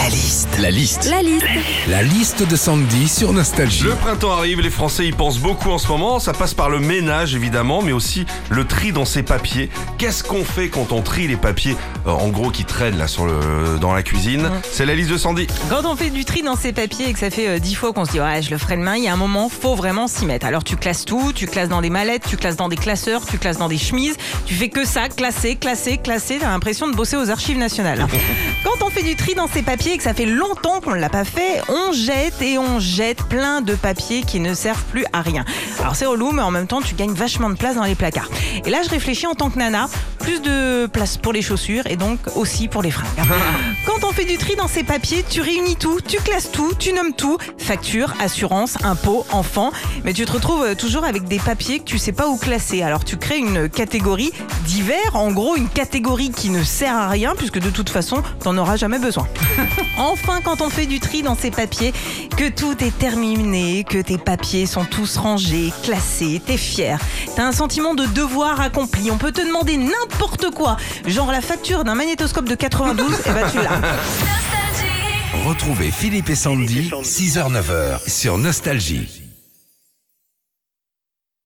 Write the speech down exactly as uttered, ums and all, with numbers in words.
La liste. La liste. La liste. La liste de Sandy sur Nostalgie. Le printemps arrive, les Français y pensent beaucoup en ce moment. Ça passe par le ménage évidemment, mais aussi le tri dans ses papiers. Qu'est-ce qu'on fait quand on trie les papiers, euh, en gros, qui traînent là sur le, dans la cuisine? Mmh. C'est la liste de Sandy. Quand on fait du tri dans ses papiers et que ça fait euh, dix fois qu'on se dit ouais je le ferai demain, il y a un moment, faut vraiment s'y mettre. Alors tu classes tout, tu classes dans des mallettes, tu classes dans des classeurs, tu classes dans des chemises, tu fais que ça, classer, classer, classer. T'as l'impression de bosser aux archives nationales. Quand on fait du tri dans ses papiers et que ça fait longtemps qu'on ne l'a pas fait, on jette et on jette plein de papiers qui ne servent plus à rien. Alors c'est relou, mais en même temps tu gagnes vachement de place dans les placards. Et là je réfléchis en tant que nana, plus de place pour les chaussures et donc aussi pour les fringues. Quand on fait du tri dans ses papiers, tu réunis tout, tu classes tout, tu nommes tout, facture, assurance, impôts, enfants, mais tu te retrouves toujours avec des papiers que tu sais pas où classer. Alors tu crées une catégorie divers, en gros une catégorie qui ne sert à rien puisque de toute façon t'en auras jamais besoin. Enfin, quand on fait du tri dans ses papiers, que tout est terminé, que tes papiers sont tous rangés, classés, t'es fier, t'as un sentiment de devoir accompli, on peut te demander n'importe quoi, genre la facture d'un magnétoscope de quatre-vingt-douze, et bah tu l'as. Retrouvez Philippe et Sandy, six heures neuf heures sur Nostalgie.